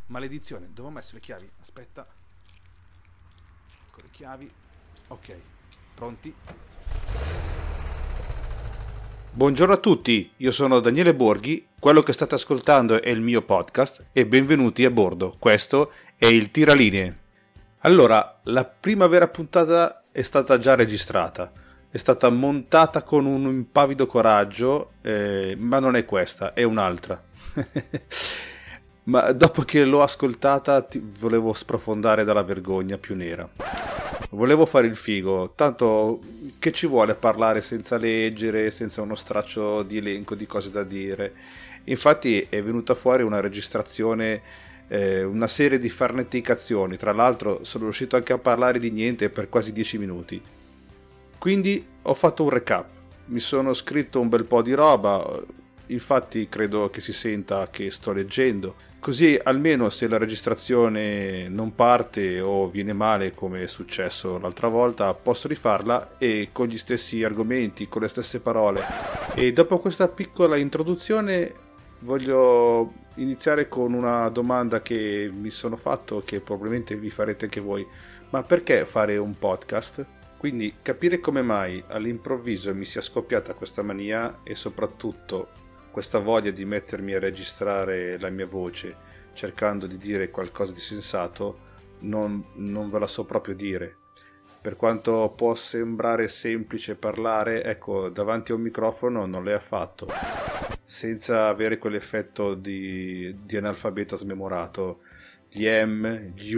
Maledizione, dove ho messo le chiavi? Aspetta. Ecco le chiavi. Ok, pronti? Buongiorno a tutti, io sono Daniele Borghi, quello che state ascoltando è il mio podcast e benvenuti a bordo, questo è il Tiralinee. Allora, la prima vera puntata è stata già registrata, è stata montata con un impavido coraggio, ma non è questa, è un'altra. Ma dopo che l'ho ascoltata volevo sprofondare dalla vergogna più nera. Volevo fare il figo, tanto che ci vuole parlare senza leggere, senza uno straccio di elenco di cose da dire. Infatti è venuta fuori una registrazione, una serie di farneticazioni, tra l'altro sono riuscito anche a parlare di niente per quasi 10 minuti. Quindi ho fatto un recap, mi sono scritto un bel po' di roba, infatti credo che si senta che sto leggendo. Così almeno se la registrazione non parte o viene male come è successo l'altra volta posso rifarla e con gli stessi argomenti, con le stesse parole. E dopo questa piccola introduzione voglio iniziare con una domanda che mi sono fatto, che probabilmente vi farete anche voi. Ma perché fare un podcast? Quindi capire come mai all'improvviso mi sia scoppiata questa mania e soprattutto questa voglia di mettermi a registrare la mia voce cercando di dire qualcosa di sensato non ve la so proprio dire. Per quanto può sembrare semplice parlare, ecco, davanti a un microfono non l'è affatto, senza avere quell'effetto di analfabeto smemorato. Gli gli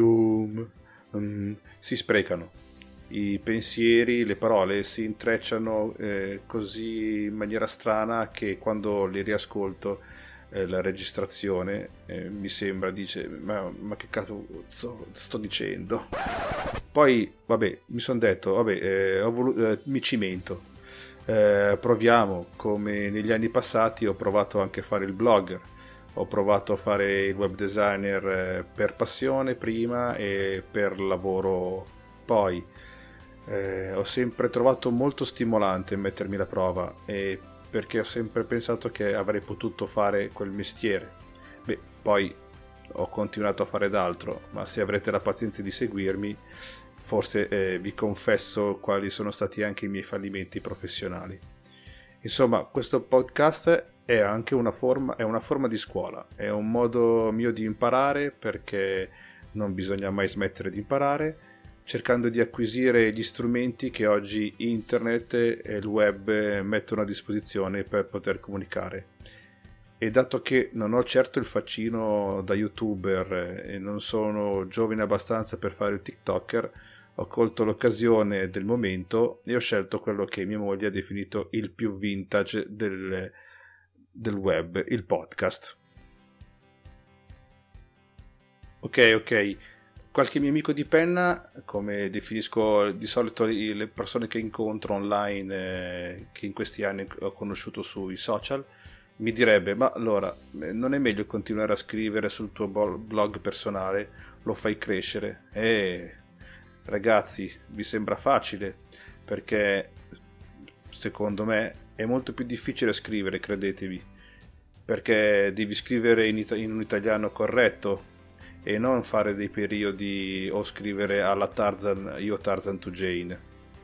si sprecano. I pensieri, le parole si intrecciano così in maniera strana che quando li riascolto la registrazione mi sembra, dice ma che cazzo sto dicendo. Poi vabbè, mi sono detto vabbè, mi cimento, proviamo. Come negli anni passati ho provato anche a fare il blogger, ho provato a fare il web designer per passione prima e per lavoro poi. Ho sempre trovato molto stimolante mettermi alla prova, perché ho sempre pensato che avrei potuto fare quel mestiere. Poi ho continuato a fare d'altro, ma se avrete la pazienza di seguirmi forse vi confesso quali sono stati anche i miei fallimenti professionali. Insomma, questo podcast è anche una forma di scuola, è un modo mio di imparare, perché non bisogna mai smettere di imparare, cercando di acquisire gli strumenti che oggi internet e il web mettono a disposizione per poter comunicare. E dato che non ho certo il faccino da youtuber e non sono giovane abbastanza per fare il tiktoker, ho colto l'occasione del momento e ho scelto quello che mia moglie ha definito il più vintage del web, il podcast. Ok. Qualche mio amico di penna, come definisco di solito le persone che incontro online, che in questi anni ho conosciuto sui social, mi direbbe: ma allora non è meglio continuare a scrivere sul tuo blog personale? Lo fai crescere? Ragazzi, vi sembra facile? Perché secondo me è molto più difficile scrivere, credetemi, perché devi scrivere in un italiano corretto e non fare dei periodi o scrivere alla Tarzan, io Tarzan to Jane.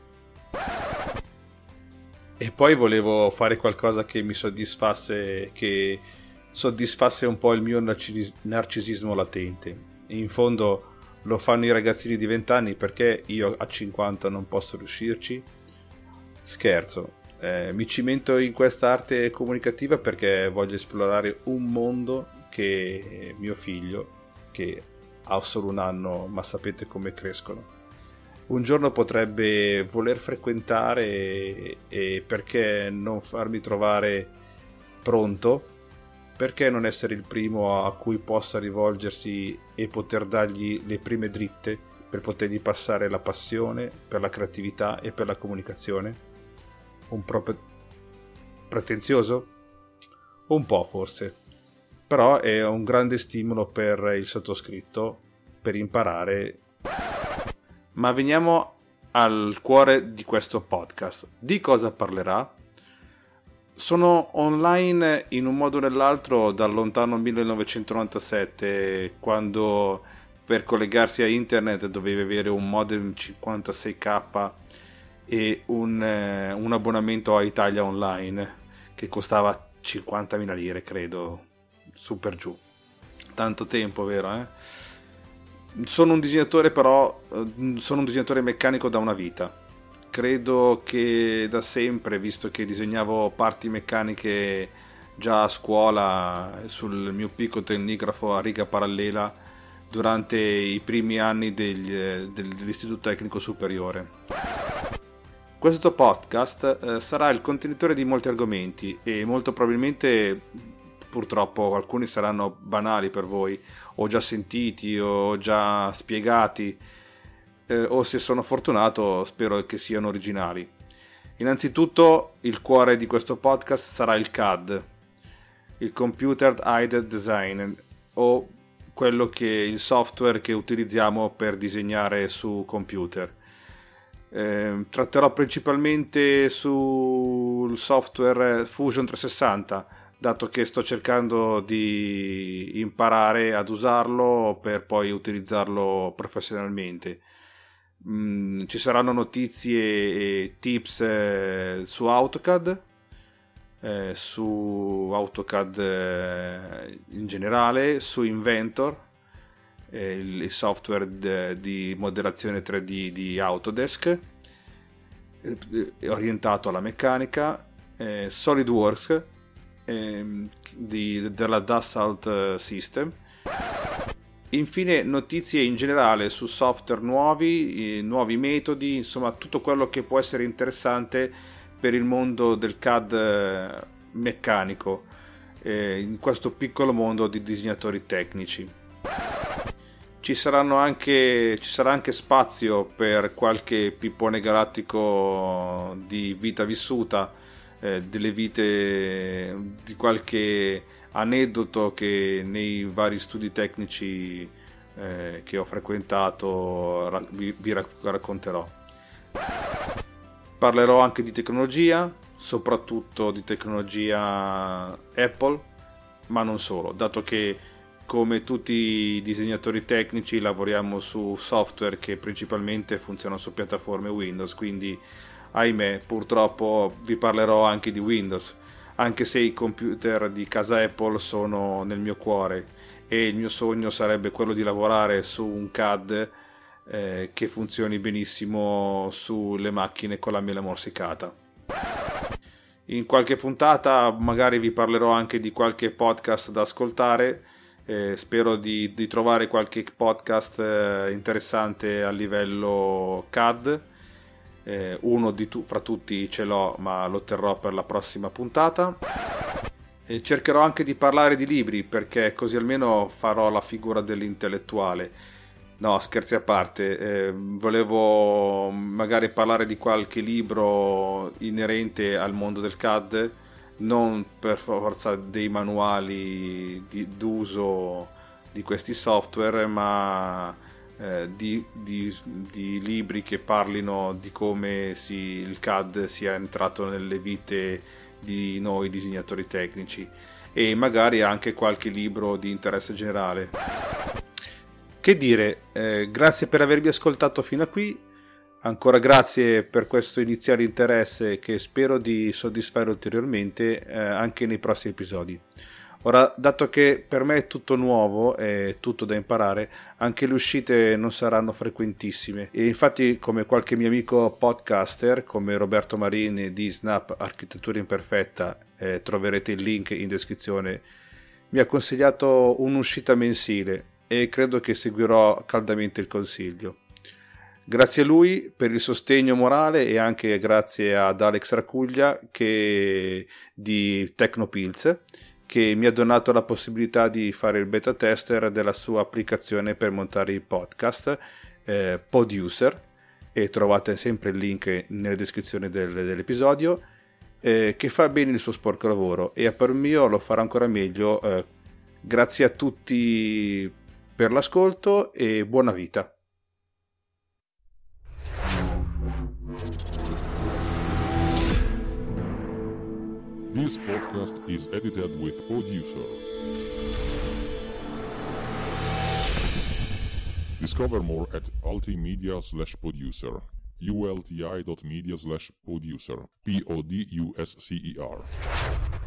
E poi volevo fare qualcosa che mi soddisfasse un po' il mio narcisismo latente. In fondo lo fanno i ragazzini di 20 anni, perché io a 50 non posso riuscirci? Scherzo. Mi cimento in questa arte comunicativa perché voglio esplorare un mondo che mio figlio, che ha solo un anno, ma sapete come crescono, un giorno potrebbe voler frequentare, e perché non farmi trovare pronto? Perché non essere il primo a cui possa rivolgersi e poter dargli le prime dritte per potergli passare la passione per la creatività e per la comunicazione? Un po' pretenzioso? Un po' forse. Però è un grande stimolo per il sottoscritto per imparare. Ma veniamo al cuore di questo podcast. Di cosa parlerà? sono online in un modo o nell'altro dal lontano 1997, quando per collegarsi a internet dovevi avere un modem 56k e un abbonamento a Italia Online che costava 50.000 lire, credo, su per giù. Tanto tempo, vero? Sono un disegnatore, però sono un disegnatore meccanico da una vita. Credo che da sempre, visto che disegnavo parti meccaniche già a scuola sul mio piccolo tecnigrafo a riga parallela durante i primi anni dell'istituto tecnico superiore. Questo podcast sarà il contenitore di molti argomenti e molto probabilmente, purtroppo, alcuni saranno banali per voi, o già sentiti o già spiegati, o se sono fortunato spero che siano originali. Innanzitutto il cuore di questo podcast sarà il CAD, il Computer Aided Design, o il software che utilizziamo per disegnare su computer. Tratterò principalmente sul software Fusion 360, dato che sto cercando di imparare ad usarlo per poi utilizzarlo professionalmente. Ci saranno notizie e tips su AutoCAD, in generale, su Inventor, il software di modellazione 3D di Autodesk, orientato alla meccanica, SolidWorks della Dassault System. Infine notizie in generale su software nuovi metodi, insomma tutto quello che può essere interessante per il mondo del CAD meccanico, in questo piccolo mondo di disegnatori tecnici. Ci sarà anche spazio per qualche pippone galattico di vita vissuta, delle vite, di qualche aneddoto che nei vari studi tecnici che ho frequentato vi racconterò. Parlerò anche di tecnologia, soprattutto di tecnologia Apple, ma non solo, dato che come tutti i disegnatori tecnici lavoriamo su software che principalmente funzionano su piattaforme Windows, quindi ahimè purtroppo vi parlerò anche di Windows, anche se i computer di casa Apple sono nel mio cuore e il mio sogno sarebbe quello di lavorare su un CAD che funzioni benissimo sulle macchine con la mela morsicata. In qualche puntata magari vi parlerò anche di qualche podcast da ascoltare, spero di trovare qualche podcast interessante a livello CAD. Uno fra tutti ce l'ho, ma lo terrò per la prossima puntata. Cercherò anche di parlare di libri, perché così almeno farò la figura dell'intellettuale. No, scherzi a parte, volevo magari parlare di qualche libro inerente al mondo del CAD, non per forza dei manuali d'uso di questi software, ma di libri che parlino di come il CAD sia entrato nelle vite di noi disegnatori tecnici, e magari anche qualche libro di interesse generale. Che dire, grazie per avermi ascoltato fino a qui, ancora grazie per questo iniziale interesse che spero di soddisfare ulteriormente anche nei prossimi episodi. Ora, dato che per me è tutto nuovo e tutto da imparare, anche le uscite non saranno frequentissime, e infatti, come qualche mio amico podcaster come Roberto Marini di Snap Architettura Imperfetta, troverete il link in descrizione, mi ha consigliato un'uscita mensile e credo che seguirò caldamente il consiglio. Grazie a lui per il sostegno morale, e anche grazie ad Alex Racuglia di Tecnopills, che mi ha donato la possibilità di fare il beta tester della sua applicazione per montare i podcast, Poduser, e trovate sempre il link nella descrizione dell'episodio, che fa bene il suo sporco lavoro, e a per mio lo farà ancora meglio. Grazie a tutti per l'ascolto e buona vita. This podcast is edited with Producer. Discover more at ultimedia/producer. ulti.media/producer. PODUSCER.